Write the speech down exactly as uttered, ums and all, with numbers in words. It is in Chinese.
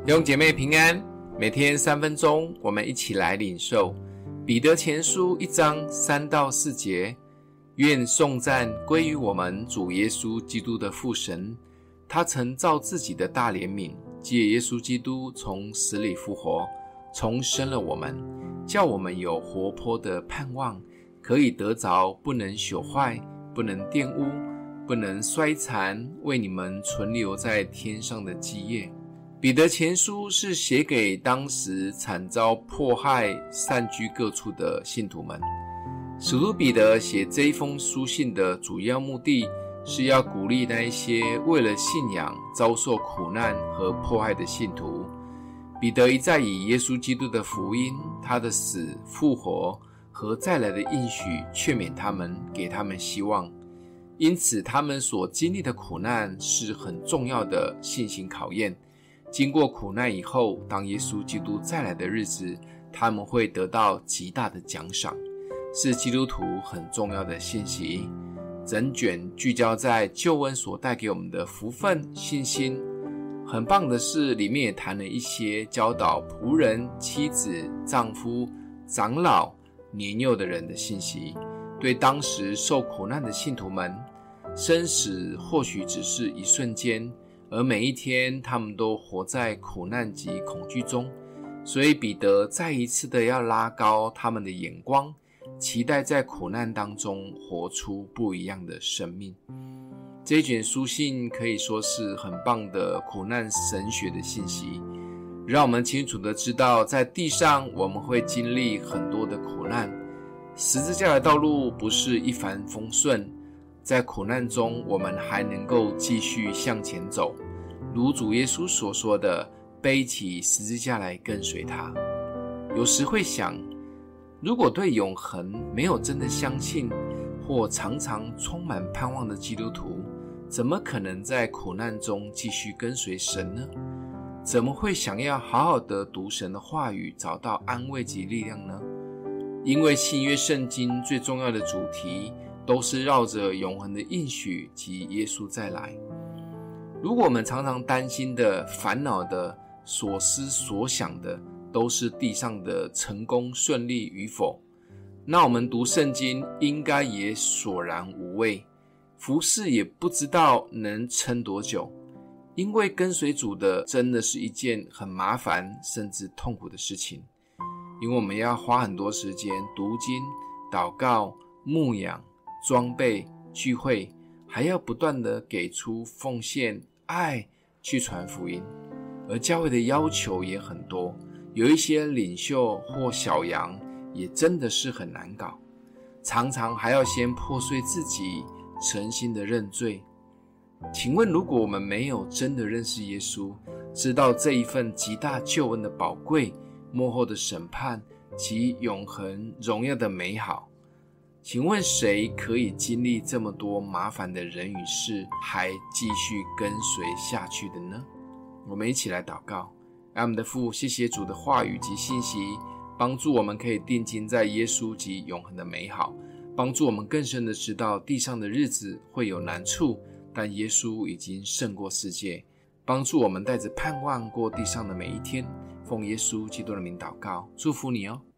弟兄姐妹平安，每天三分钟，我们一起来领受彼得前书一章三到四节。愿颂赞归于我们主耶稣基督的父神，他曾照自己的大怜悯，借耶稣基督从死里复活，重生了我们，叫我们有活泼的盼望，可以得着不能朽坏、不能玷污、不能衰残，为你们存留在天上的基业。彼得前书是写给当时惨遭迫害、散居各处的信徒们。使徒彼得写这一封书信的主要目的，是要鼓励那一些为了信仰遭受苦难和迫害的信徒。彼得一再以耶稣基督的福音、他的死、复活和再来的应许劝勉他们，给他们希望。因此他们所经历的苦难是很重要的信心考验。经过苦难以后，当耶稣基督再来的日子，他们会得到极大的奖赏，是基督徒很重要的信息。整卷聚焦在救恩所带给我们的福分、信心。很棒的是，里面也谈了一些教导仆人、妻子、丈夫、长老、年幼的人的信息。对当时受苦难的信徒们，生死或许只是一瞬间，而每一天他们都活在苦难及恐惧中，所以彼得再一次的要拉高他们的眼光，期待在苦难当中活出不一样的生命。这一卷书信可以说是很棒的苦难神学的信息，让我们清楚的知道，在地上我们会经历很多的苦难，十字架的道路不是一帆风顺，在苦难中我们还能够继续向前走，如主耶稣所说的，背起十字架来跟随他。有时会想，如果对永恒没有真的相信，或常常充满盼望的基督徒，怎么可能在苦难中继续跟随神呢？怎么会想要好好的读神的话语，找到安慰及力量呢？因为新约圣经最重要的主题都是绕着永恒的应许及耶稣再来。如果我们常常担心的、烦恼的、所思所想的都是地上的成功顺利与否，那我们读圣经应该也索然无味，服事也不知道能撑多久。因为跟随主的真的是一件很麻烦甚至痛苦的事情，因为我们要花很多时间读经、祷告、牧养、装备、聚会，还要不断的给出奉献、爱去传福音。而教会的要求也很多，有一些领袖或小羊也真的是很难搞，常常还要先破碎自己，诚心的认罪。请问，如果我们没有真的认识耶稣，知道这一份极大救恩的宝贵、末后的审判及永恒荣耀的美好，请问谁可以经历这么多麻烦的人与事，还继续跟随下去的呢？我们一起来祷告。爱我们的父，谢谢主的话语及信息，帮助我们可以定睛在耶稣及永恒的美好，帮助我们更深的知道地上的日子会有难处，但耶稣已经胜过世界，帮助我们带着盼望过地上的每一天。奉耶稣基督的名祷告，祝福你哦。